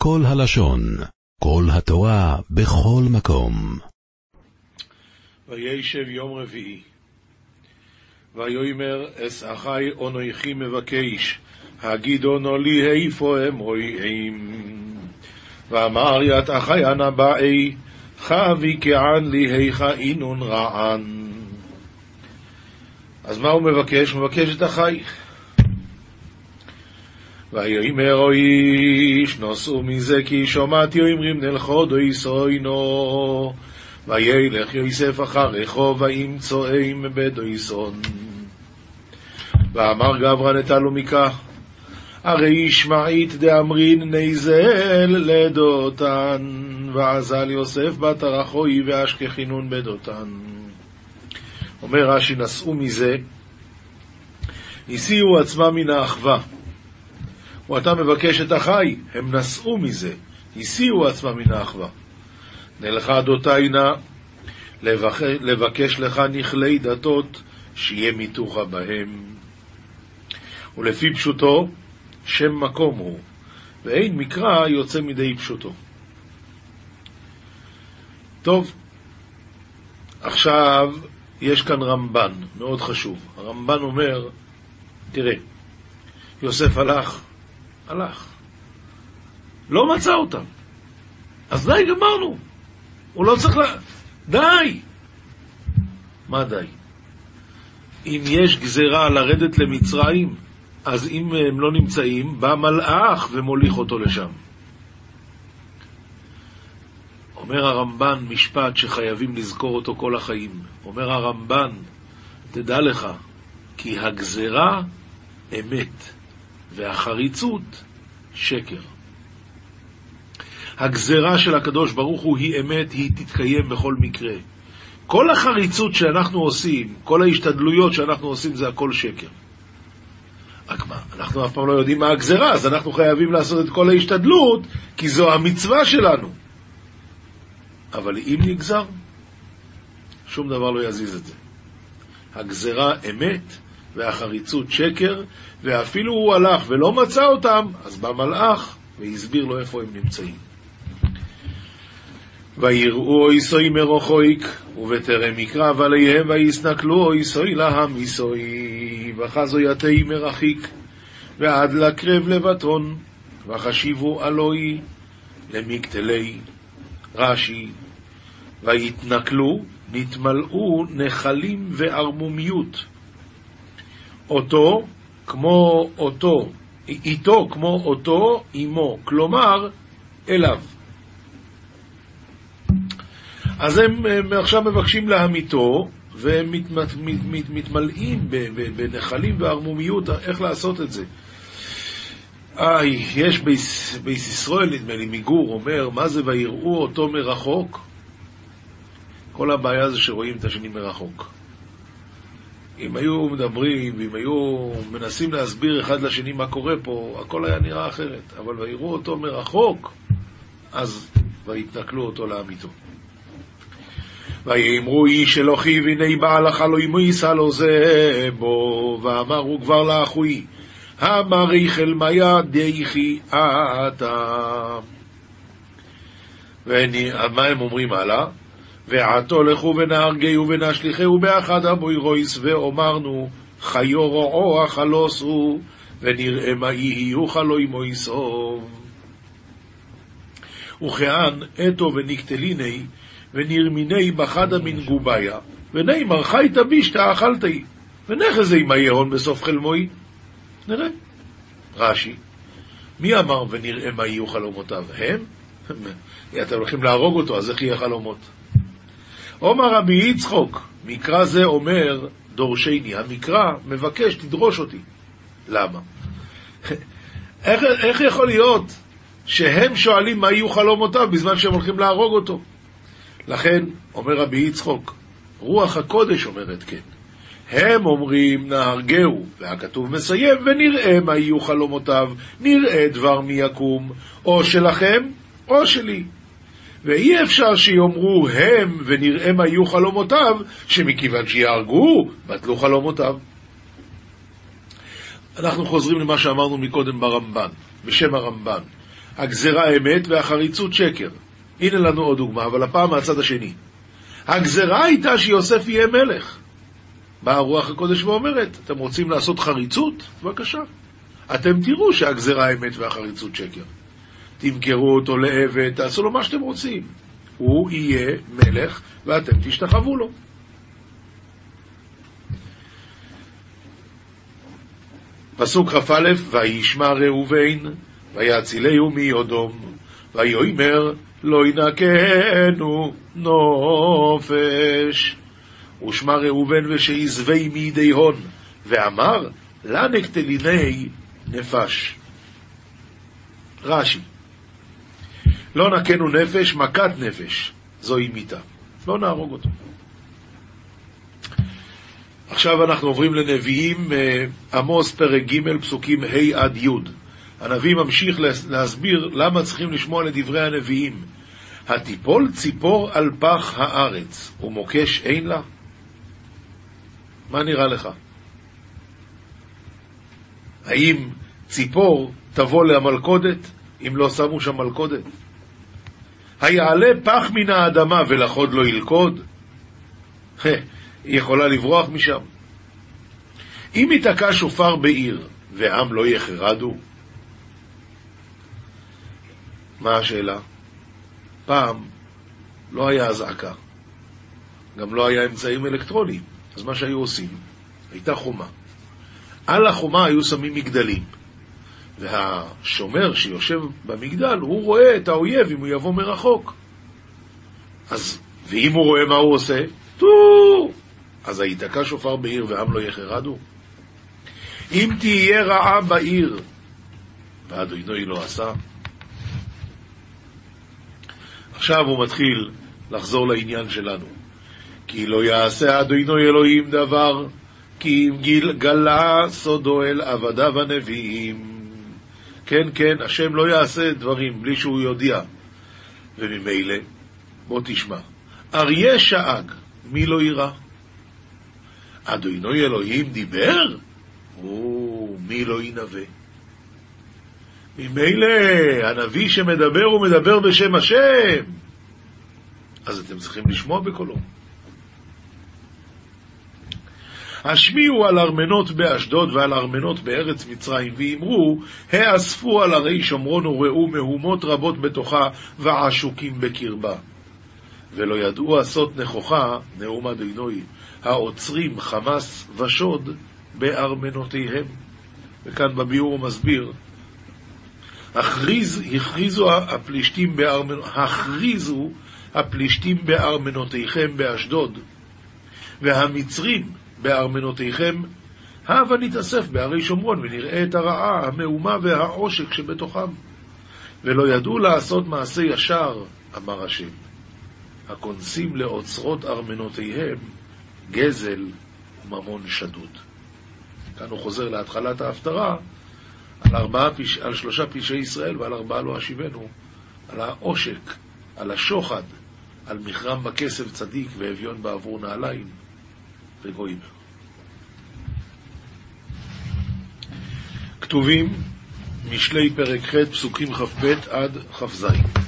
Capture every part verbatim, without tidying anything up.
כל הלשון, כל התורה, בכל מקום. וישב יום רביעי, ויאמר אס אחי אנוכי מבקש, הגידונו לי איפה הם רואים. ואמר ית אחי אנא באי, חבי כען לי היכה אינון רען. אז מה הוא מבקש? הוא מבקש את אחי. ויאמר איש נוסעו מזה כי שומעתי אומרים נלכו דויסוינו. וילך יוסף אחריכו וימצאם בדויסון. ואמר גברא נטלו מכך, הרי ישמעית דאמרין נזל לדותן. ועזל יוסף בת הרחוי ואשכחינון בדותן. אומר רש"י, נסעו מזה, הסיעו עצמם מן האחווה. ואתה מבקש את החי, הם נסעו מזה, הסיעו עצמם מן האחווה. נלכה דותיינה, לבקש לך נכלי דתות, שיהיה מיתוחה בהם. ולפי פשוטו, שם מקום הוא, ואין מקרא יוצא מדי פשוטו. טוב, עכשיו יש כאן רמב"ן, מאוד חשוב. הרמב"ן אומר, תראה, יוסף הלך, הלך, לא מצא אותם. אז די, גמרנו. הוא לא צריך לה... די! מה די? אם יש גזרה לרדת למצרים, אז אם הם לא נמצאים, בא מלאך ומוליך אותו לשם. אומר הרמב"ן משפט שחייבים לזכור אותו כל החיים. אומר הרמב"ן, תדע לך, כי הגזרה אמת, והחריצות שקר. הגזרה של הקדוש ברוך הוא היא אמת, היא תתקיים בכל מקרה. כל החריצות שאנחנו עושים, כל ההשתדלויות שאנחנו עושים, זה הכל שקר. רק מה, אנחנו אף פעם לא יודעים מה הגזרה, אז אנחנו חייבים לעשות את כל ההשתדלות, כי זו המצווה שלנו. אבל אם נגזר, שום דבר לא יזיז את זה. הגזרה אמת, והחריצות שקר, ואפילו הוא הלך ולא מצא אותם, אז בא מלאך והסביר לו איפה הם נמצאים. ויראו אויסוי מרוחויק, ובטרם יקרב עליהם ויסנקלו אויסוי להם איסוי, וחזו יתי מרחיק, ועד לקרב לבטון, וחשיבו אלוהי למקטלי. רש"י, ויתנקלו, נתמלאו נחלים וערמומיות. אותו כמו אותו, איתו כמו אותו אימו, כלומר אליו. אז הם, הם עכשיו מבקשים להמיתו, והם מת, מת, מת, מת, מתמלאים בנחלים וערמומיות. איך לעשות את זה? איי, יש ביס, ביס ישראל, נדמה לי, מיגור אומר, מה זה ויראו אותו מרחוק? כל הבעיה זה שרואים את השני מרחוק. אם היו מדברים, ואם היו מנסים להסביר אחד לשני מה קורה פה, הכל היה נראה אחרת. אבל ויראו אותו מרחוק, אז ויתנקלו אותו לאמיתו. ויאמרו איש אלוהי והנה בעל החלוי מויסה לו זה בו, ואמרו כבר לאחוי, המריך אל מיה דייכי אתה. ומה הם אומרים הלאה? ועתו לכו ונהרגהו ונשליחהו באחד הבוירויס, ואומרנו חיו רועו החלוסו, ונראה מה יהיו חלוי מויסוב. וכאן אתו ונקטליני ונרמיני בחדה מן גוביה, ונאמר חי תבישתה אכלתי, ונחזי מה יהון בסוף חלמוי. נראה. רש"י, מי אמר ונראה מה יהיו חלומותיו? הם? אתם הולכים להרוג אותו, אז איך יהיה חלומות? אומר רבי יצחוק, מקרא זה אומר דורשני, המקרא מבקש תדרוש אותי. למה? איך, איך יכול להיות שהם שואלים מה יהיו חלומותיו בזמן שהם הולכים להרוג אותו? לכן אומר רבי יצחוק, רוח הקודש אומרת כן. הם אומרים נהרגהו, והכתוב מסיים, ונראה מה יהיו חלומותיו, נראה דבר מי יקום, או שלכם או שלי. ואי אפשר שיאמרו הם ונראה מה יהיו חלומותיו, שמכיוון שיהרגו, בטלו חלומותיו. אנחנו חוזרים למה שאמרנו מקודם ברמב"ן, בשם הרמב"ן. הגזרה אמת והחריצות שקר. הנה לנו עוד דוגמה, אבל הפעם מהצד השני. הגזרה הייתה שיוסף יהיה מלך. באה רוח הקודש ואומרת, אתם רוצים לעשות חריצות? בבקשה. אתם תראו שהגזרה האמת והחריצות שקר. תמכרו אותו לעבד, תעשו לו מה שאתם רוצים. הוא יהיה מלך ואתם תשתחוו לו. פסוק כ"א, וישמע ראובן ויצילהו מיודום ויאמר לא ינקנו נופש. ושמע ראובן ושיזווי מידי הון ואמר לה נקטליני נפש. רש"י, לא נקנו נפש, מכת נפש, זוהי מיתה, לא נהרוג אותו. עכשיו אנחנו עוברים לנביאים, עמוס פרק ג' פסוקים ה' עד י'. הנביא ממשיך להסביר למה צריכים לשמוע לדברי הנביאים. התיפול ציפור על פח הארץ ומוקש אין לה? מה נראה לך? האם ציפור תבוא למלכודת אם לא שמו שם מלכודת? היעלה פח מן האדמה ולחוד לא ילכוד? היא יכולה לברוח משם. אם יתקע שופר בעיר ועם לא יחרדו? מה השאלה? פעם לא היה הזעקה, גם לא היה אמצעים אלקטרוניים. אז מה שהיו עושים, הייתה חומה. על החומה היו שמים מגדלים, והשומר שיושב במגדל, הוא רואה את האויב אם הוא יבוא מרחוק. אז, ואם הוא רואה מה הוא עושה, טו! אז היתקע שופר בעיר ועם לא יחרדו. אם תהיה רעה בעיר, ואדוני לא עשה. עכשיו הוא מתחיל לחזור לעניין שלנו. כי לא יעשה אדוני אלוהים דבר, כי אם גיל גלה סודו אל עבדיו הנביאים. כן, כן, השם לא יעשה דברים בלי שהוא יודיע. וממילא, בוא תשמע, אריה שאג, מי לא יראה? אדוני אלוהים דיבר? או, מי לא ינבא? ממילא, הנביא שמדבר הוא מדבר בשם השם. אז אתם צריכים לשמוע בקולו. השמיעו על ארמנות באשדוד ועל ארמנות בארץ מצרים, ואמרו, האספו על הרי שומרון וראו מהומות רבות בתוכה ועשוקים בקרבה. ולא ידעו עשות נכוחה, נאום אדוני, העוצרים חמס ושוד בארמנותיהם. וכאן בביאור הוא מסביר, הכריז, הכריזו הפלישתים בארמנ... הכריזו הפלישתים בארמנותיכם באשדוד, והמצרים בארמנותיכם, הבה נתאסף בערי שומרון ונראה את הרעה, המהומה והעושק שבתוכם. ולא ידעו לעשות מעשה ישר, אמר השם, הכונסים לאוצרות ארמנותיהם גזל וממון שדוד. כאן הוא חוזר להתחלת ההפטרה על, ארבעה פיש... על שלושה פשעי ישראל ועל ארבעה לא השיבנו, על העושק, על השוחד, על מחרם בכסף צדיק ואביון בעבור נעליים וגויים. כתובים משלי פרק ח' פסוקים כ"ב עד כ"ז.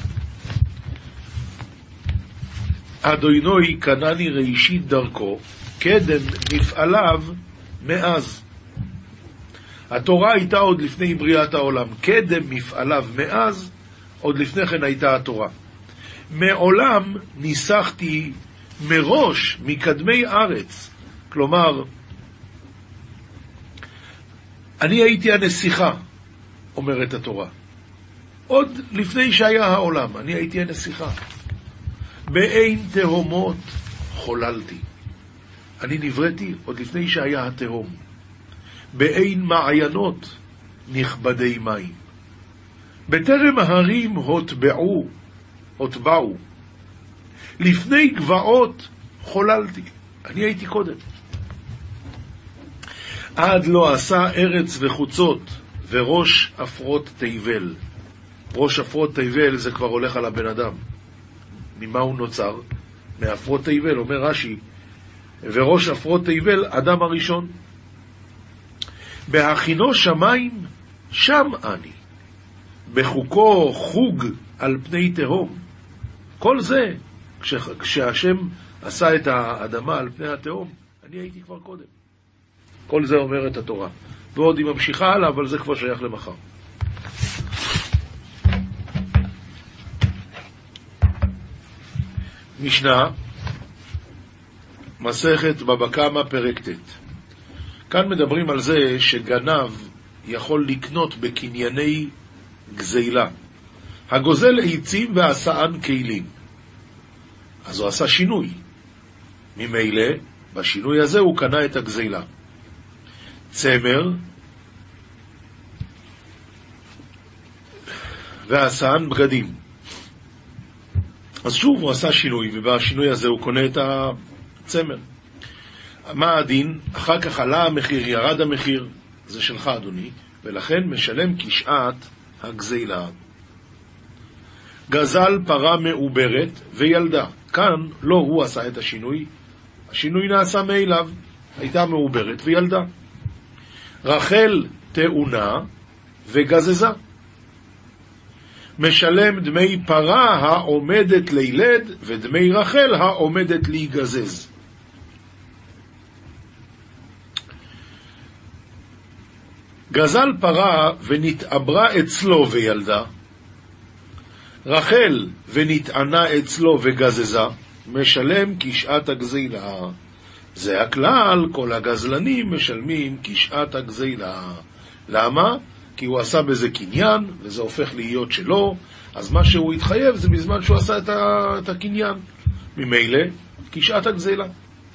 אדוני קנני ראשית דרכו, קדם מפעליו מאז. התורה הייתה עוד לפני בריאת העולם, קדם מפעליו מאז, עוד לפני כן הייתה התורה. מעולם ניסחתי מראש מקדמי ארץ, כלומר, אני הייתי הנסיכה, אומרת התורה. עוד לפני שהיה העולם, אני הייתי הנסיכה. באין תהומות חוללתי. אני נבראתי עוד לפני שהיה התהום. באין מעיינות נכבדי מים. בטרם ההרים הוטבעו, הוטבעו. לפני גבעות חוללתי. אני הייתי קודם. עד לא עשה ארץ וחוצות וראש אפרות תיבל. ראש אפרות תיבל זה כבר הולך על הבן אדם. ממה הוא נוצר? מאפרות תיבל, אומר רש"י, וראש אפרות תיבל, אדם הראשון. בהכינו שמיים, שם אני. בחוקו חוג על פני תהום. כל זה, כש, כשהשם עשה את האדמה על פני התהום, אני הייתי כבר קודם. כל זה אומרת התורה. ועוד היא ממשיכה הלאה, אבל זה כבר שייך למחר. משנה, מסכת בבא קמא פרק ט'. כאן מדברים על זה שגנב יכול לקנות בקנייני גזילה. הגוזל עצים ועשאן כלים. אז הוא עשה שינוי. ממילא, בשינוי הזה הוא קנה את הגזילה. צמר ועשאן בגדים. אז שוב הוא עשה שינוי, ובשינוי הזה הוא קונה את הצמר. מה הדין? אחר כך עלה המחיר, ירד המחיר, זה שלך אדוני, ולכן משלם כשעת הגזילה. גזל פרה מעוברת וילדה. כאן לא הוא עשה את השינוי, השינוי נעשה מאליו, הייתה מעוברת וילדה. רחל תאונה וגזזה. משלם דמי פרה העומדת לילד ודמי רחל העומדת להיגזז. גזל פרה ונתעברה אצלו וילדה, רחל ונתענה אצלו וגזזה, משלם כשעת הגזילה. זה הכלל, כל הגזלנים משלמים כשעת הגזילה. למה? כי הוא עשה בזה קניין, וזה הופך להיות שלו, אז מה שהוא התחייב זה בזמן שהוא עשה את, ה... את הקניין. ממילא, כשעת הגזילה.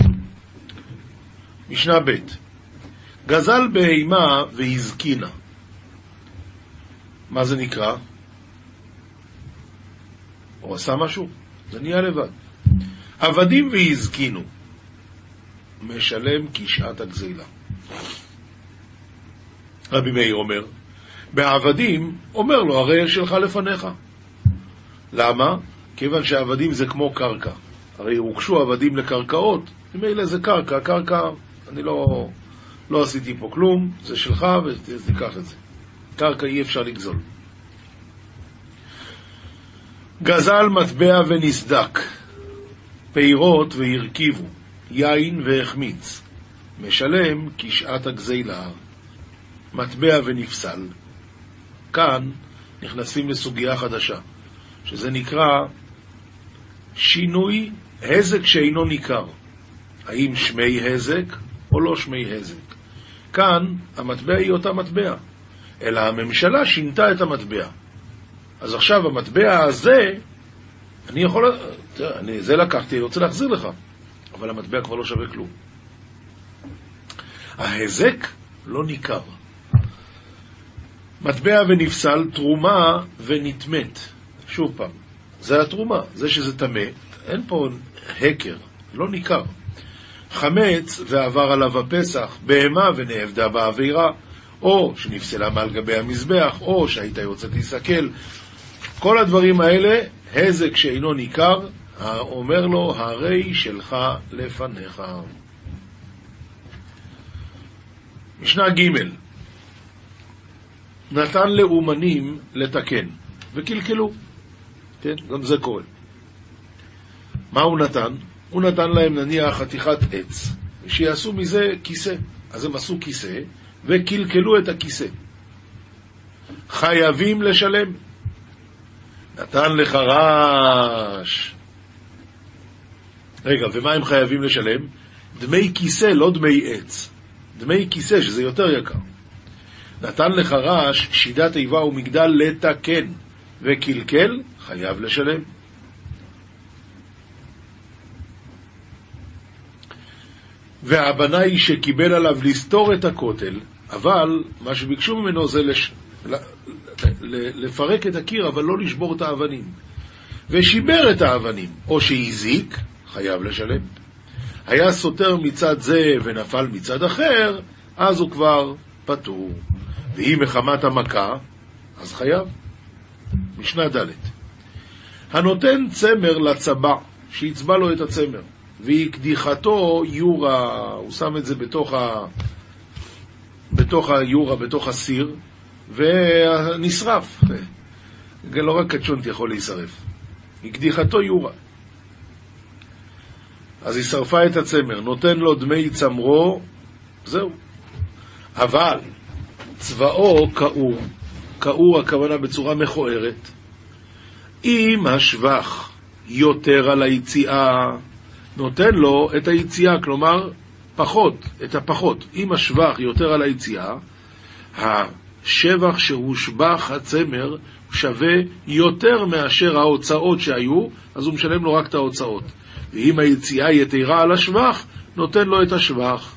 משנה ב' גזל בהימה והזקינה. מה זה נקרא? הוא עשה משהו? זה נהיה לבד. עבדים והזקינו. משלם כשעת הגזילה. רבי מאיר אומר, בעבדים אומר לו, הרי שלך לפניך. למה? כיוון שעבדים זה כמו קרקע. הרי הוקשו עבדים לקרקעות, ממילא זה קרקע, קרקע, אני לא, לא עשיתי פה כלום, זה שלך ותיקח את זה. קרקע אי אפשר לגזול. גזל מטבע ונסדק, פירות והרכיבו, יין והחמיץ. משלם כשעת הגזילה. מטבע ונפסל. כאן נכנסים לסוגיה חדשה, שזה נקרא שינוי הזק שאינו ניכר. האם שמי הזק או לא שמי הזק? כאן המטבע היא אותה מטבע, אלא הממשלה שינתה את המטבע. אז עכשיו המטבע הזה, אני יכול, אני, זה לקחתי, אני רוצה להחזיר לך, אבל המטבע כבר לא שווה כלום. ההזק לא ניכר. מטבע ונפסל, תרומה ונתמת. שוב פעם, זה התרומה, זה שזה תמה, אין פה הקר, לא ניכר. חמץ ועבר עליו הפסח, בהמה ונעבדה בעבירה, או שנפסלה מעל גבי המזבח, או שהיית יוצאת להסתכל. כל הדברים האלה, הזק שאינו ניכר, אומר לו, הרי שלך לפניך. משנה ג' נתן לאומנים לתקן, וקלקלו. כן, גם זה קורה. מה הוא נתן? הוא נתן להם נניח חתיכת עץ, שיעשו מזה כיסא. אז הם עשו כיסא, וקלקלו את הכיסא. חייבים לשלם. נתן לך רש. רגע, ומה הם חייבים לשלם? דמי כיסא, לא דמי עץ. דמי כיסא, שזה יותר יקר. נתן לך רש, שידת איבה ומגדל לתקן, וקלקל, חייב לשלם. והבנאי שקיבל עליו לסתור את הכותל, אבל מה שביקשו ממנו זה לש... לפרק את הקיר, אבל לא לשבור את האבנים. ושיבר את האבנים, או שהזיק, חייב לשלם. היה סותר מצד זה ונפל מצד אחר, אז הוא כבר פטור. והיא מחמת המכה, אז חייב. משנה ד' הנותן צמר לצבע, שיצבע לו את הצמר, והיא קדיחתו יורה, הוא שם את זה בתוך ה... בתוך היורה, בתוך הסיר, ונשרף. לא רק קצ'ונט יכול להישרף. מקדיחתו יורה. אז היא שרפה את הצמר, נותן לו דמי צמרו, זהו. אבל צבאו כאור, כאור הכוונה בצורה מכוערת. אם השבח יותר על היציאה, נותן לו את היציאה, כלומר פחות, את הפחות. אם השבח יותר על היציאה, השבח שהושבח הצמר שווה יותר מאשר ההוצאות שהיו, אז הוא משלם לו רק את ההוצאות. ואם היציאה יתרה על השבח, נותן לו את השבח.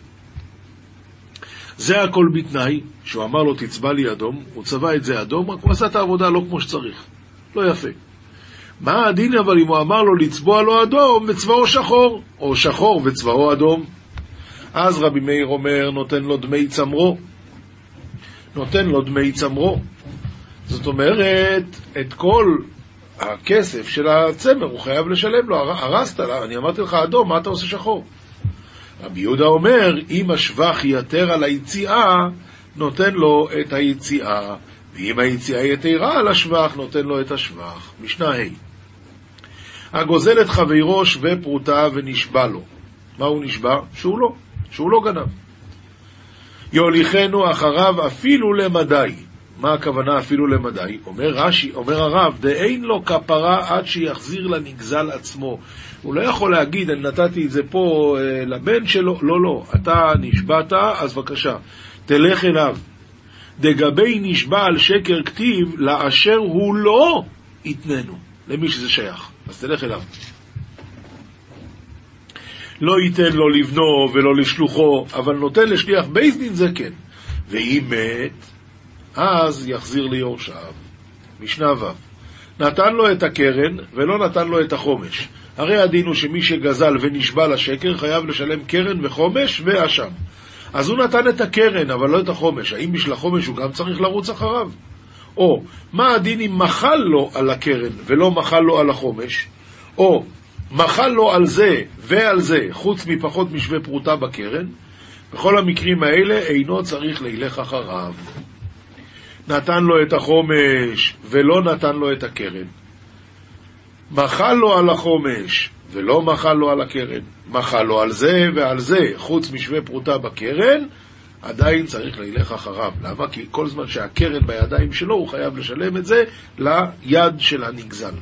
זה הכל בתנאי, שהוא אמר לו תצבע לי אדום, הוא צבע את זה אדום, רק הוא עשה את העבודה לא כמו שצריך. לא יפה. מה הדין אבל אם הוא אמר לו לצבוע לו אדום וצבעו שחור, או שחור וצבעו אדום? אז רבי מאיר אומר נותן לו דמי צמרו. נותן לו דמי צמרו. זאת אומרת, את כל הכסף של הצמר הוא חייב לשלם לו. הרסת לה, אני אמרתי לך אדום, מה אתה עושה שחור? רבי יהודה אומר, אם השבח יתר על היציאה, נותן לו את היציאה, ואם היציאה יתרה על השבח, נותן לו את השבח. משנה ה' הגוזל את חברו שווה פרוטה ונשבע לו. מה הוא נשבע? שהוא לא, שהוא לא גנב. יוליכנו אחריו אפילו למדי. מה הכוונה אפילו למדי? אומר רש"י, אומר הרב, דאין לו כפרה עד שיחזיר לנגזל עצמו. הוא לא יכול להגיד, אני נתתי את זה פה אה, לבן שלו, לא, לא, אתה נשבעת, אז בבקשה, תלך אליו. דגבי נשבע על שקר כתיב, לאשר הוא לא יתננו, למי שזה שייך, אז תלך אליו. לא ייתן לו לבנו ולא לשלוחו, אבל נותן לשליח בית דין זה כן. ואם מת, אז יחזיר ליורשיו. משנה ו' נתן לו את הקרן ולא נתן לו את החומש. הרי הדין הוא שמי שגזל ונשבע לשקר חייב לשלם קרן וחומש ואשם. אז הוא נתן את הקרן אבל לא את החומש. האם בשביל החומש הוא גם צריך לרוץ אחריו? או מה הדין אם מחל לו על הקרן ולא מחל לו על החומש? או מחל לו על זה ועל זה חוץ מפחות משווה פרוטה בקרן? בכל המקרים האלה אינו צריך לילך אחריו. נתן לו את החומש ולא נתן לו את הקרן. מחל לו על החומש ולא מחל לו על הקרן. מחל לו על זה ועל זה חוץ משווה פרוטה בקרן, עדיין צריך לילך אחריו. למה? כי כל זמן שהקרן בידיים שלו הוא חייב לשלם את זה ליד של הנגזל.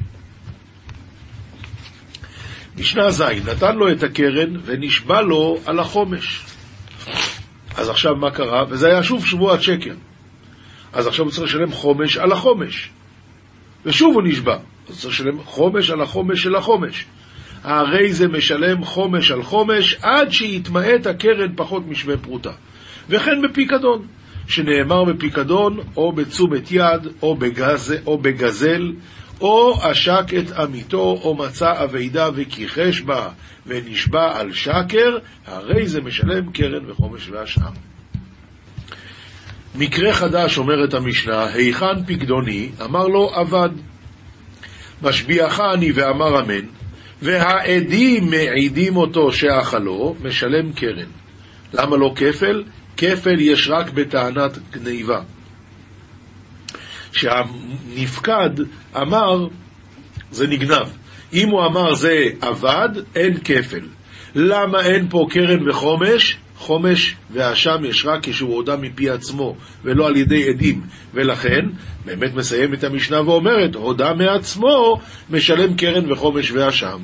משנה ז' נתן לו את הקרן ונשבע לו על החומש. אז עכשיו מה קרה? וזה היה שוב שבועת שקר. אז עכשיו הוא צריך לשלם חומש על החומש. ושוב הוא נשבע. אז הוא צריך לשלם חומש על החומש של החומש. הרי זה משלם חומש על חומש עד שיתמעט הקרן פחות משווה פרוטה. וכן בפיקדון, שנאמר בפיקדון או בתשומת יד או, בגז, או בגזל או עשק את עמיתו או מצא אבידה וכיחש בה ונשבע על שקר, הרי זה משלם קרן וחומש ואשם. מקרה חדש אומרת המשנה, היכן פיקדוני? אמר לו עבד. משביעך אני ואמר אמן, והעדים מעידים אותו שאכלו, משלם קרן. למה לא כפל? כפל יש רק בטענת גניבה. שהנפקד אמר זה נגנב. אם הוא אמר זה עבד, אין כפל. למה אין פה קרן וחומש? חומש והאשם יש רק כשהוא הודה מפי עצמו ולא על ידי עדים, ולכן באמת מסיים את המשנה ואומרת הודה מעצמו משלם קרן וחומש והאשם.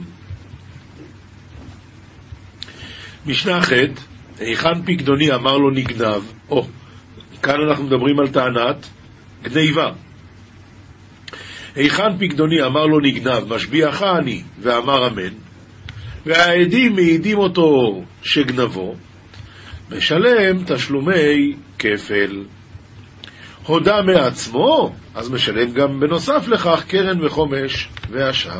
משנה ח' היכן פיקדוני? אמר לו נגנב. או, כאן אנחנו מדברים על טענת גניבה. היכן פיקדוני? אמר לו נגנב. משביעך אני ואמר אמן, והעדים מעידים אותו שגנבו, משלם תשלומי כפל. הודה מעצמו, אז משלם גם בנוסף לכך קרן וחומש ואשם.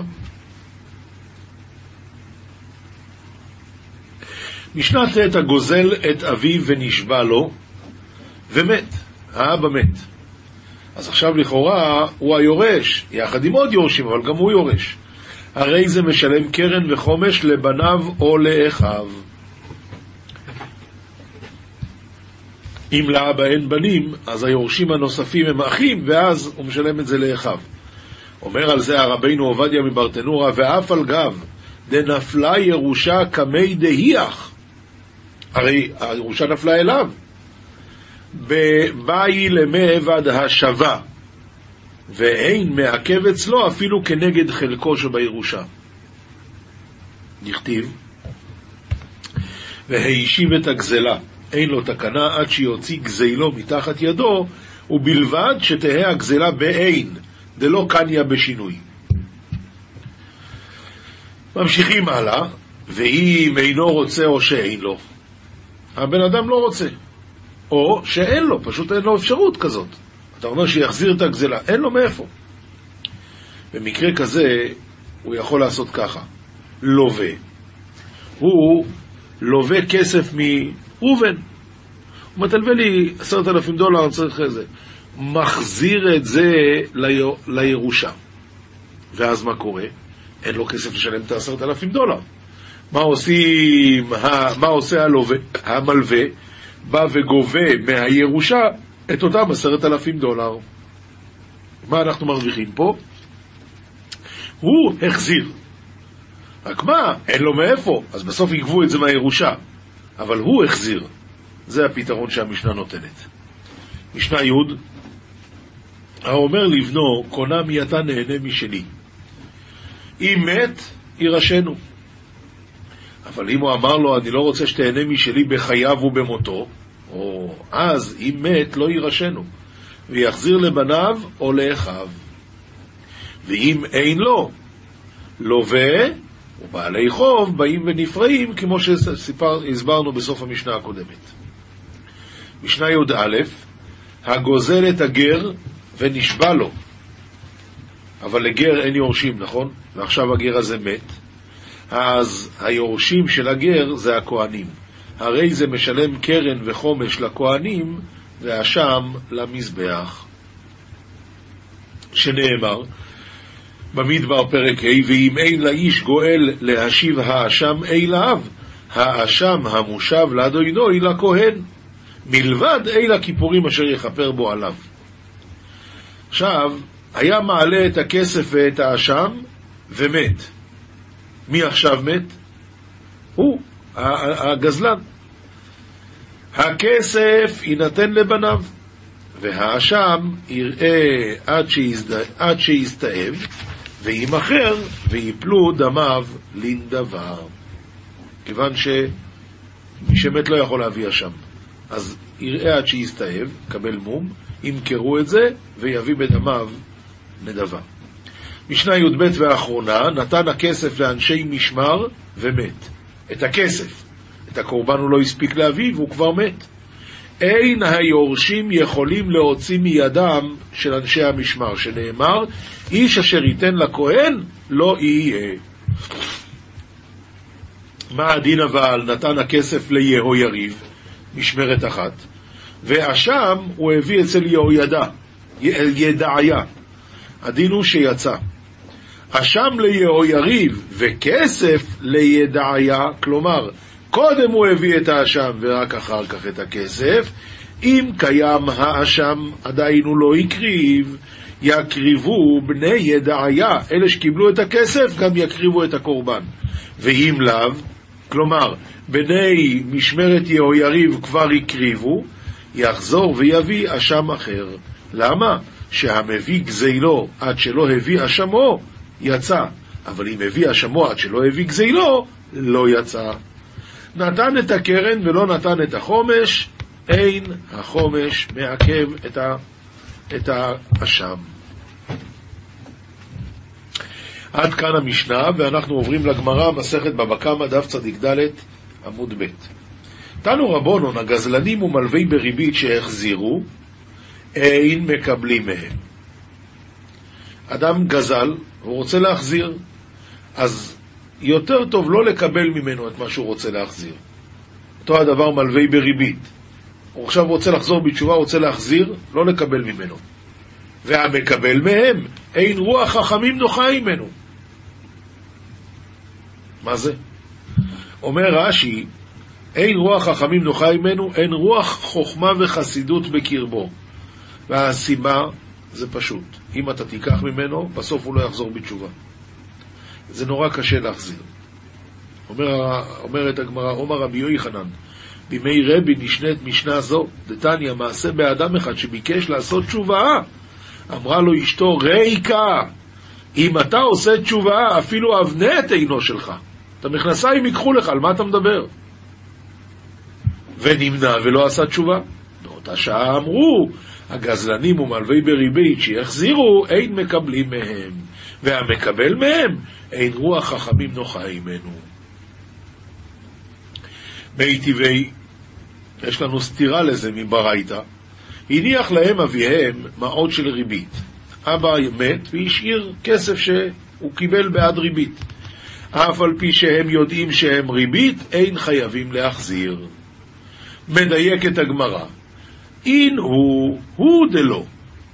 משנה ט' הגוזל את אביו ונשבע לו ומת, האבא מת. אז עכשיו לכאורה הוא היורש, יחד עם עוד יורשים, אבל גם הוא יורש. הרי זה משלם קרן וחומש לבניו או לאחיו. אם לאבא אין בנים, אז היורשים הנוספים הם אחים, ואז הוא משלם את זה לאחיו. אומר על זה הרבינו עובדיה מברטנורה, ואף על גב דנפלה ירושה כמי דהיח, הרי הירושה נפלה אליו, באי למעבד השווה, ואין מעכב אצלו אפילו כנגד חלקו שבירושה. נכתיב, והישיב את הגזלה, אין לו תקנה עד שיוציא גזלו מתחת ידו, ובלבד שתהה הגזלה באין, דלא קניה בשינוי. ממשיכים הלאה, ואם אינו רוצה או שאין לו, הבן אדם לא רוצה, או שאין לו, פשוט אין לו אפשרות כזאת. אתה אומר שיחזיר את הגזלה, אין לו מאיפה. במקרה כזה הוא יכול לעשות ככה, לווה. הוא לווה כסף מראובן, הוא מטלווה לי עשרת אלפים דולר, צריך איזה, מחזיר את זה לירושה. ואז מה קורה? אין לו כסף לשלם את עשרת אלפים דולר. מה עושים, מה עושה הלווה, המלווה? בא וגובה מהירושה את אותם עשרת אלפים דולר. מה אנחנו מרוויחים פה? הוא החזיר. רק מה? אין לו מאיפה. אז בסוף יגבו את זה מהירושה. אבל הוא החזיר. זה הפתרון שהמשנה נותנת. משנה י' האומר לבנו, קונה מי אתה נהנה משלי. אם מת, ירשנו. אבל אם הוא אמר לו, אני לא רוצה שתהנה משלי בחייו ובמותו, או אז אם מת, לא ירשנו. ויחזיר לבניו או לאחיו. ואם אין לו, לווה ובעלי חוב באים ונפרעים, כמו שהסברנו בסוף המשנה הקודמת. משנה י"א, הגוזל את הגר ונשבע לו, אבל לגר אין יורשים, נכון? ועכשיו הגר הזה מת, אז היורשים של הגר זה הכהנים, הרי זה משלם קרן וחומש לכהנים והשם למזבח, שנאמר במדבר פרק ה', ואם אין לאיש גואל להשיב האשם אליו, האשם המושב לאדוני לכהן, מלבד אלה כיפורים אשר יכפר בו עליו. עכשיו, היה מעלה את הכסף ואת האשם ומת. מי עכשיו מת? הוא, הגזלן. הכסף יינתן לבניו, והאשם יראה עד, שיזד... עד שיסתאב, וימחר ויפלו דמיו לנדבר. כיוון שמי שמת לא יכול להביא אשם, אז יראה עד שיסתאב, קבל מום, ימכרו את זה ויביא בדמיו נדבה. משנה י"ב והאחרונה, נתן הכסף לאנשי משמר ומת. את הכסף, את הקורבן הוא לא הספיק להביא והוא כבר מת. אין היורשים יכולים להוציא מידם של אנשי המשמר, שנאמר, איש אשר ייתן לכהן לא יהיה. מה הדין? אבל נתן הכסף ליהויריב, משמרת אחת, והשם הוא הביא אצל יהוידע, ידעיה. הדין הוא שיצא השם ליהויריב וכסף לידעיה, כלומר קודם הוא הביא את האשם ורק אחר כך את הכסף. אם קיים האשם עדיין הוא לא יקריב, יקריבו בני ידעיה, אלה שקיבלו את הכסף גם יקריבו את הקורבן. ואם לאו, כלומר בני משמרת יהויריב כבר יקריבו, יחזור ויביא אשם אחר. למה? שהמביא גזילו עד שלא הביא אשמו יצא, אבל אם הביא אשמו עד שלא הביא גזילו לא יצא. נתן את הקרן ולא נתן את החומש, אין החומש מעכב את, ה, את האשם. עד כאן המשנה, ואנחנו עוברים לגמרא, מסכת בבא קמא, דף צדיק ד' עמוד ב'. תנו רבונון, הגזלנים ומלווי בריבית שהחזירו, אין מקבלים מהם. אדם גזל, הוא רוצה להחזיר, אז יותר טוב לא לקבל ממנו את מה שהוא רוצה להחזיר. אותו הדבר מלווי בריבית. הוא עכשיו רוצה לחזור בתשובה, רוצה להחזיר, לא לקבל ממנו. והמקבל מהם, אין רוח חכמים נוחה ממנו. מה זה? אומר רש"י, אין רוח חכמים נוחה ממנו, אין רוח חוכמה וחסידות בקרבו. והסיבה זה פשוט. אם אתה תיקח ממנו, בסוף הוא לא יחזור בתשובה. זה נורא קשה להחזיר. אומר, אומרת הגמרא, אומר רבי יוחנן, בימי רבי נשנית משנה זו, דתניא, מעשה באדם אחד שביקש לעשות תשובה, אמרה לו אשתו, ריקה, אם אתה עושה תשובה, אפילו אבנה את עינו שלך. את המכנסיים ייקחו לך, על מה אתה מדבר? ונמנע ולא עשה תשובה. באותה שעה אמרו, הגזלנים ומלווי בריבית שיחזירו, אין מקבלים מהם, והמקבל מהם, אין רוח חכמים נוחה עימנו. מי טבעי, יש לנו סתירה לזה מברייתא, הניח להם אביהם מעות של ריבית. אבא מת והשאיר כסף שהוא קיבל בעד ריבית. אף על פי שהם יודעים שהם ריבית, אין חייבים להחזיר. מדייקת הגמרא, אין הוא, הוא דלו.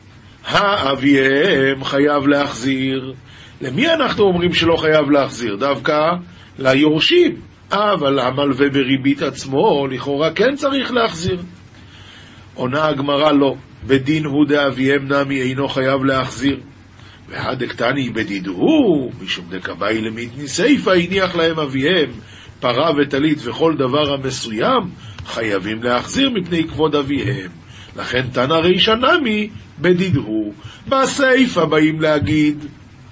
האביהם חייב להחזיר. למי אנחנו אומרים שלא חייב להחזיר? דווקא ליורשים. אבל המלווה בריבית עצמו, לכאורה כן צריך להחזיר. עונה הגמרא לא. בדין הוא דאביהם נמי אינו חייב להחזיר. והדקתני בדידהו, משום דקבאי למיתני סייפה, הניח להם אביהם פרה וטלית וכל דבר המסוים, חייבים להחזיר מפני כבוד אביהם. לכן תנא רישא נמי בדידהו. בסייפה באים להגיד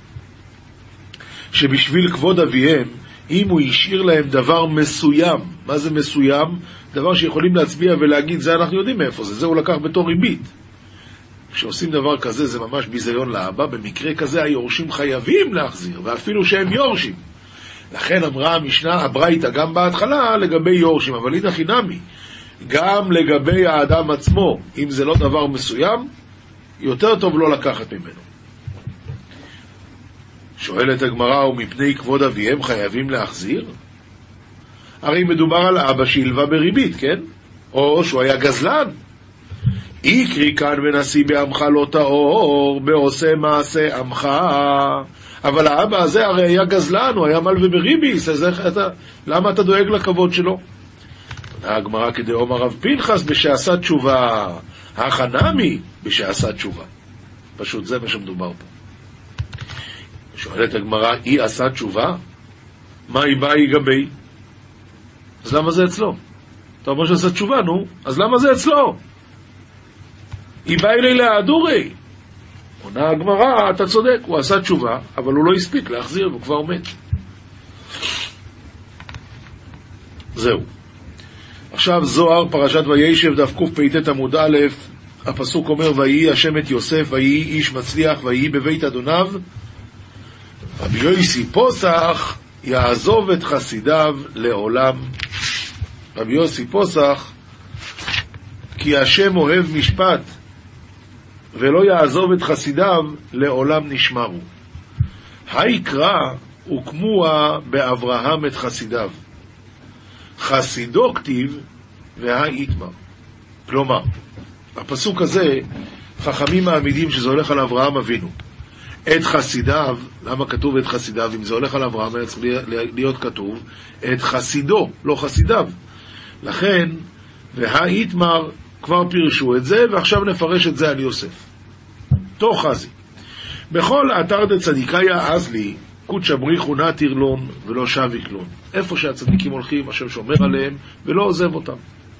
שבשביל כבוד אביהם, אם הוא השאיר להם דבר מסוים, מה זה מסוים? דבר שיכולים להצביע ולהגיד, זה אנחנו יודעים מאיפה זה, זה הוא לקח בתור ריבית. כשעושים דבר כזה זה ממש ביזיון לאבא, במקרה כזה היורשים חייבים להחזיר, ואפילו שהם יורשים. לכן אמרה המשנה, הברייתא גם בהתחלה לגבי יורשים, אבל הנה חינמי, גם לגבי האדם עצמו, אם זה לא דבר מסוים, יותר טוב לא לקחת ממנו. שואלת הגמרא, ומפני כבוד אביהם חייבים להחזיר? הרי מדובר על אבא שילווה בריבית, כן? או שהוא היה גזלן. איקרי כאן ונשיא בעמך לא תאור, בעושה מעשה עמך. אבל האבא הזה הרי היה גזלן, הוא היה מלווה בריביס, אז אתה, למה אתה דואג לכבוד שלו? הגמרא כדאמר רב פנחס בשעשה תשובה, החנמי בשעשה תשובה. פשוט זה מה שמדובר פה. שואלת הגמרא, היא עשה תשובה? מה היא באה יגבי? אז למה זה אצלו? אתה אומר שעשה תשובה, נו, אז למה זה אצלו? היא באה אלי להדורי. עונה הגמרא, אתה צודק, הוא עשה תשובה, אבל הוא לא הספיק להחזיר, הוא כבר מת. זהו. עכשיו זוהר, פרשת וישב, דף קפ"ט עמוד א', הפסוק אומר, ויהי השם את יוסף, ויהי איש מצליח, ויהי בבית אדוניו, רבי יוסי פוסח יעזוב את חסידיו לעולם. רבי יוסי פוסח, כי השם אוהב משפט, ולא יעזוב את חסידיו לעולם נשמרו. היקרא וכמוה באברהם את חסידיו. חסידו כתיב והאיתמר. כלומר, הפסוק הזה, חכמים מעמידים שזה הולך על אברהם אבינו. את חסידיו, למה כתוב את חסידיו? אם זה הולך על אברהם, היה צריך להיות כתוב את חסידו, לא חסידיו. לכן, והאיתמר כבר פירשו את זה, ועכשיו נפרש את זה על יוסף. תוך חזי. בכל אתר דצדיקאיה אז לי, קודשא בריחו נתיר לון ולא שביק לון. איפה שהצדיקים הולכים, השם שומר עליהם ולא עוזב אותם.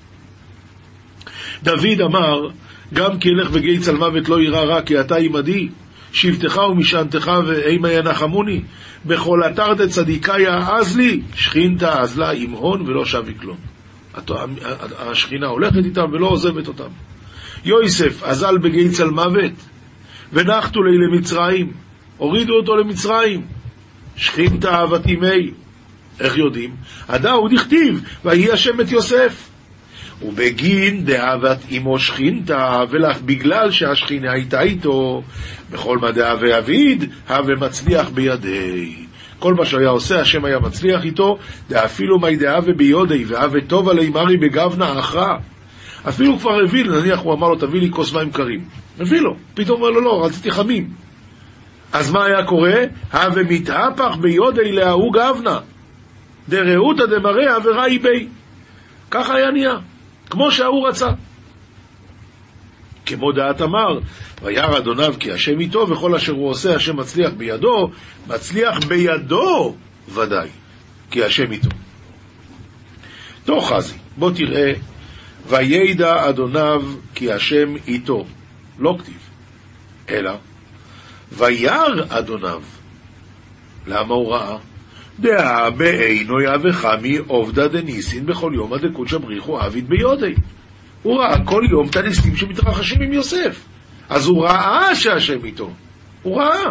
דוד אמר, גם כי אלך בגיא צל מוות לא ירא רע, כי אתה עמדי, שבטך ומשענתך ואימה ינחמוני. בכל אתר דצדיקאיה אז לי, שכינתה אז לה עם הון ולא שביק לון. השכינה הולכת איתם ולא עוזבת אותם. יוסף אזל בגיא צל מוות ונחתו לי למצרים, הורידו אותו למצרים. שכינתה אהבתי מי. איך יודעים? הדאו דכתיב ויהי השם את יוסף, ובגין דאהבת אמו שכינתה, ולך בגלל שהשכינה הייתה איתו, בכל מה דאהבה אביד הווה מצליח בידי. כל מה שהיה עושה השם היה מצליח איתו, דאפילו מי דאהבה ביודי והווה טוב עלי מרי בגבנה אחרא. אפילו כבר הביא, נניח הוא אמר לו תביא לי כוס מים קרים, הביא לו, פתאום אומר לו לא, רציתי חמים. אז מה היה קורה? הווה מתהפך ביודי להוא גבנה דרעותא דמראה וראי בי. ככה היה נהיה, כמו שההוא רצה. כמו דעת אמר, וירא אדוניו כי השם איתו, וכל אשר הוא עושה השם מצליח בידו, מצליח בידו ודאי, כי השם איתו. תוך חזי, בוא תראה, וידע אדוניו כי השם איתו, לא כתיב, אלא וירא אדוניו. למה הוא ראה? דעה בעינו יבחמי עובדא דניסין בכל יום עד דקודשא בריחו עביד ביודי. הוא ראה כל יום את הניסים שמתרחשים עם יוסף, אז הוא ראה שהשם איתו, הוא ראה.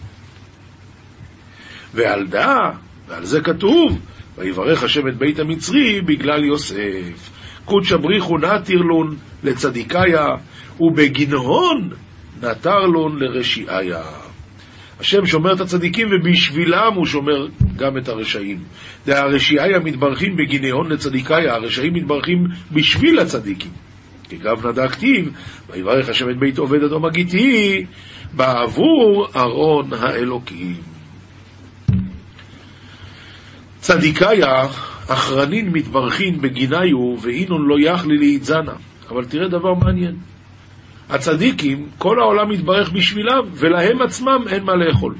ועל דעה, ועל זה כתוב, ויברך השם את בית המצרי בגלל יוסף. קודשא בריחו נתיר לון לצדיקיה, ובגנהון נתר לון לרשיעיה. השם שומר את הצדיקים, ובשבילם הוא שומר גם את הרשעים. והרשיעיה מתברכים בגנהון לצדיקיה, הרשעים מתברכים בשביל הצדיקים. כגב נדע כתיב, ויברך השם את בית עובד אדום הגיתי, בעבור ארון האלוקים. צדיקיה, אחרנין מתברכין בגיניו, ואינון לא יחלי להיזנה. אבל תראה דבר מעניין. הצדיקים, כל העולם מתברך בשבילם, ולהם עצמם אין מה לאכול.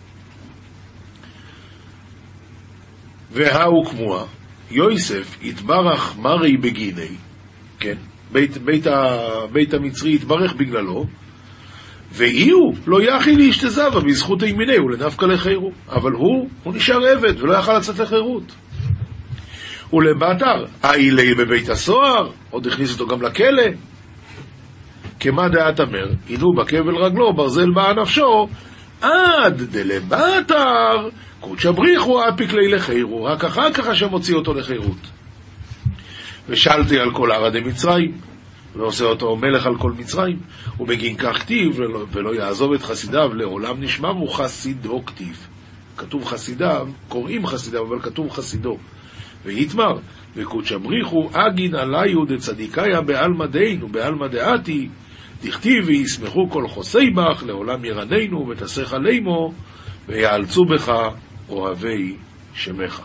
והאו כמוה, יוסף יתברך מרי בגיני, כן, בית, בית, בית המצרי יתברך בגללו, ואיהו לא יחי להשתזבה בזכות הימיני ולנפקא לחירו. אבל הוא, הוא נשאר עבד ולא יכל לצאת לחירות. ולבטר, האילי בבית הסוהר, עוד הכניס אותו גם לכלא. כמה דעת אמר, אינו בכבל רגלו, ברזל באה נפשו, עד דלבטר, קודשא בריחו אפיק לי לחירו, רק אחר כך השם הוציא אותו לחירות. ושאלתי על כל ערא דמצרים, ועושה אותו מלך על כל מצרים, ובגין כך כתיב, ולא, ולא יעזוב את חסידיו לעולם נשמר, הוא חסידו כתיב. כתוב חסידיו, קוראים חסידיו, אבל כתוב חסידו. ויתמר, וקודשא בריחו אגין עליו דצדיקיה בעלמא דין ובעלמא דעתי, דכתיב וישמחו כל חוסי בך, לעולם ירננו ותסך עלימו, ויעלצו בך אוהבי שמך.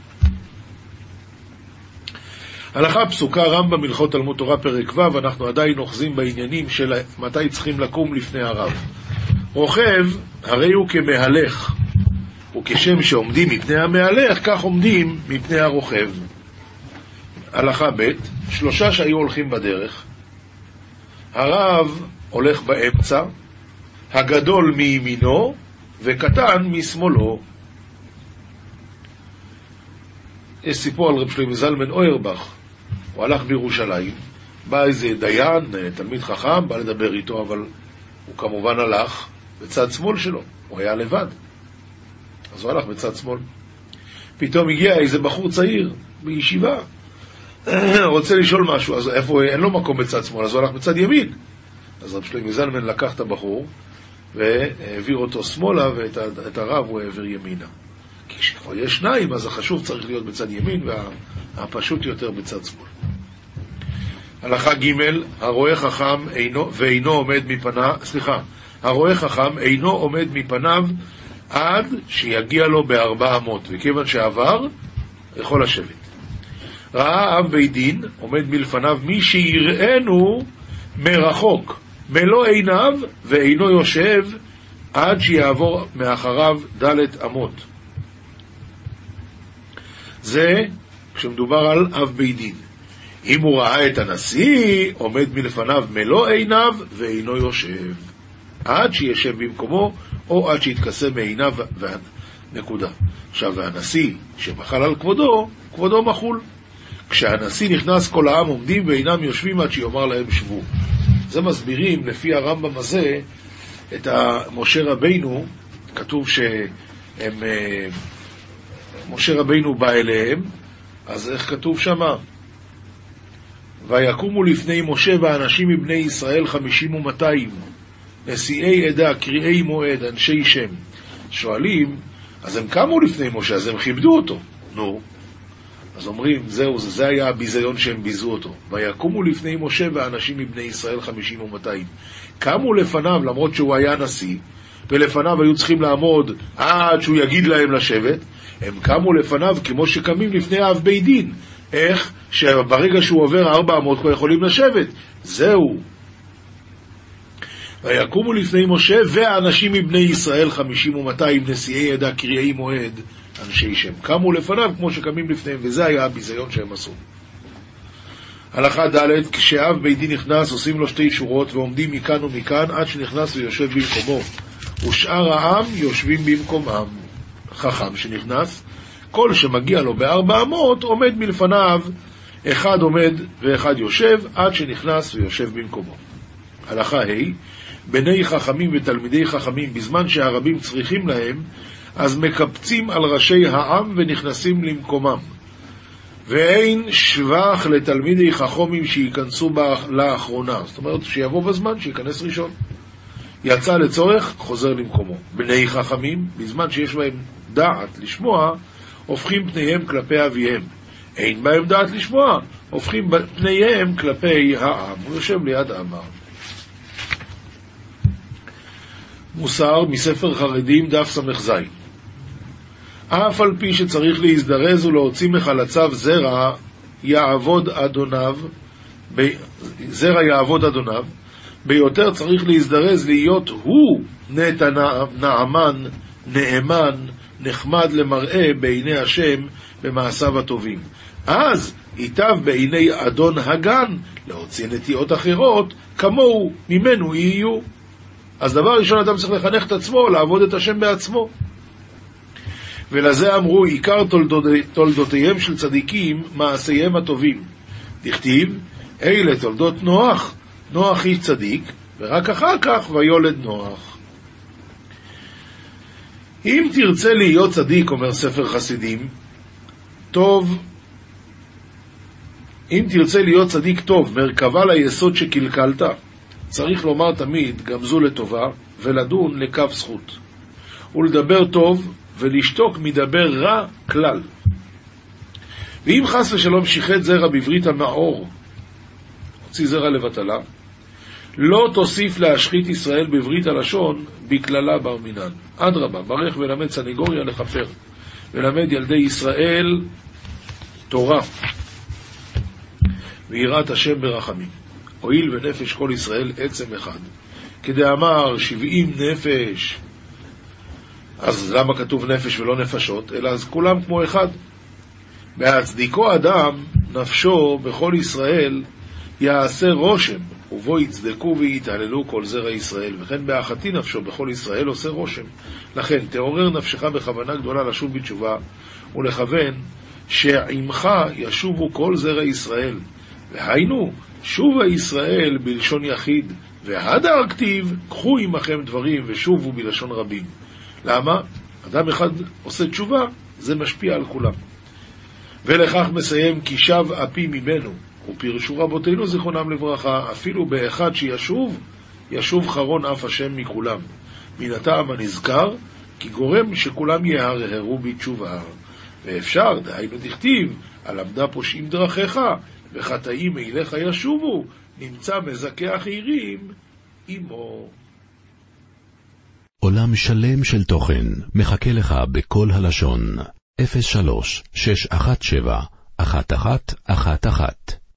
הלכה פסוקה רמב"ם הלכות תלמוד תורה פרק ו', אנחנו עדיין אוחזים בעניינים של מתי צריכים לקום לפני הרב. רוכב הרי הוא כמהלך, וכשם שעומדים מפני המהלך, כך עומדים מפני הרוכב. הלכה ב', שלושה שהיו הולכים בדרך, הרב הולך באמצע, הגדול מימינו וקטן משמאלו. יש סיפור על רב שלמה זלמן אוירבך, הוא הלך בירושלים, בא איזה דיין, תלמיד חכם, בא לדבר איתו, אבל הוא כמובן הלך בצד שמאל שלו, הוא היה לבד, אז הוא הלך בצד שמאל. פתאום הגיע איזה בחור צעיר בישיבה, רוצה לשאול משהו, אז איפה, אין לו מקום בצד שמאל, אז הוא הלך בצד ימין. אז רב שלמה זלמן לקח את הבחור והעביר אותו שמאלה, ואת הרב הוא העביר ימינה. כי כשכבר יש שניים, אז החשוב צריך להיות בצד ימין, והפשוט יותר בצד שמאל. הלכה ג', הרואה חכם אינו, ואינו עומד מפניו, סליחה, הרואה חכם אינו עומד מפניו עד שיגיע לו בארבע אמות, וכיוון שעבר, יכול לשבת. ראה אב בית דין, עומד מלפניו, מי שיראנו מרחוק, מלוא עיניו, ואינו יושב עד שיעבור מאחריו דלת אמות. זה כשמדובר על אב בית דין. אם הוא ראה את הנשיא, עומד מלפניו מלוא עיניו, ואינו יושב עד שישב במקומו, או עד שיתכסה מעיניו ועד נקודה. עכשיו, והנשיא שמחל על כבודו, כבודו מחול. כשהנשיא נכנס, כל העם עומדים ואינם יושבים עד שיאמר להם שבו. זה מסבירים לפי הרמב"ם הזה את משה רבינו. כתוב שהם משה רבינו בא אליהם, אז איך כתוב שמה? ויקומו לפני משה ואנשים מבני ישראל חמישים ומאתיים, נשיאי עדה, קריאי מועד, אנשי שם. שואלים, אז הם קמו לפני משה, אז הם כיבדו אותו. נו, אז אומרים, זהו, זה, זה היה הביזיון שהם ביזו אותו. ויקומו לפני משה ואנשים מבני ישראל חמישים ומאתיים. קמו לפניו, למרות שהוא היה נשיא, ולפניו היו צריכים לעמוד עד שהוא יגיד להם לשבת, הם קמו לפניו כמו שקמים לפני אב בית דין. איך? שברגע שהוא עובר ארבע אמות כבר יכולים לשבת. זהו ויקומו לפני משה והאנשים מבני ישראל חמישים ומאתיים נשיאי עדה קריאי מועד אנשי שם קמו לפניו כמו שקמים לפניהם, וזה היה הביזיון שהם עשו. הלכה ד' כשאב בית דין נכנס עושים לו שתי שורות ועומדים מכאן ומכאן עד שנכנס ויושב במקומו, ושאר העם יושבים במקומם. חכם שנכנס כל שמגיע לו בארבע אמות עומד מלפניו, אחד עומד ואחד יושב עד שנכנס ויושב במקומו. הלכה ה' בני חכמים ותלמידי חכמים בזמן שהרבים צריכים להם אז מקפצים על ראשי העם ונכנסים למקומם, ואין שבח לתלמידי חכמים שיכנסו לאחרונה, זאת אומרת שיבוא בזמן שיכנס ראשון, יצא לצורך חוזר למקומו. בני חכמים בזמן שיש בהם דעת לשמוע הופכים פניהם כלפי אביהם, אין בהם דעת לשמוע הופכים פניהם כלפי העם. הוא יושב ליד העם. מוסר מספר חרדים דף סמ"ז. אף על פי שצריך להזדרז ולהוציא מחלציו זרע יעבוד אדוניו, ב... זרע יעבוד אדוניו, ביותר צריך להזדרז להיות הוא נטע נעמן, נאמן, נחמד למראה בעיני השם במעשיו הטובים. אז ייטב בעיני אדון הגן להוציא נטיעות אחרות כמוהו ממנו יהיו. אז דבר ראשון אדם צריך לחנך את עצמו לעבוד את השם בעצמו, ולזה אמרו עיקר תולדות, תולדותיהם של צדיקים מעשיהם הטובים. דכתיב אלה תולדות נוח, נוח איש צדיק, ורק אחר כך ויולד נוח. אם תרצה להיות צדיק, אומר ספר חסידים, טוב, אם תרצה להיות צדיק טוב, מרכבה ליסוד שקלקלת, צריך לומר תמיד גמזו לטובה ולדון לקו זכות, ולדבר טוב ולשתוק מדבר רע כלל. ואם חס ושלום שיחת זרע בברית המאור, הוציא זרע לבטלה, לא תוסיף להשחית ישראל בברית הלשון בכללה בר מינן. אדרבה, ברך ולמד סניגוריה לכפר, ולמד ילדי ישראל תורה ויראת השם ברחמים. הואיל ונפש כל ישראל עצם אחד, כדאמר שבעים נפש, אז למה כתוב נפש ולא נפשות? אלא אז כולם כמו אחד. בהצדיקו אדם נפשו בכל ישראל יעשה רושם, ובו יצדקו ויתעללו כל זרע ישראל, וכן באחתי נפשו בכל ישראל עושה רושם. לכן תעורר נפשך בכוונה גדולה לשוב בתשובה ולכוון שעמך ישובו כל זרע ישראל, והיינו שובה ישראל בלשון יחיד, והדר כתיב קחו עמכם דברים ושובו בלשון רבים. למה? אדם אחד עושה תשובה, זה משפיע על כולם. ולכך מסיים כי שב אפי ממנו, ופרשו רבותינו זיכרונם לברכה, אפילו באחד שישוב, ישוב חרון אף השם מכולם. מן הטעם הנזכר, כי גורם שכולם יהרהרו בתשובה. ואפשר, דהיינו דכתיב, הלמדה פושעים דרכיך, וחטאים אליך ישובו, נמצא מזכה אחרים עמו. עולם שלם של תוכן מחכה לך בכל הלשון. אפס שלוש שש אחת שבע אחת אחת אחת אחת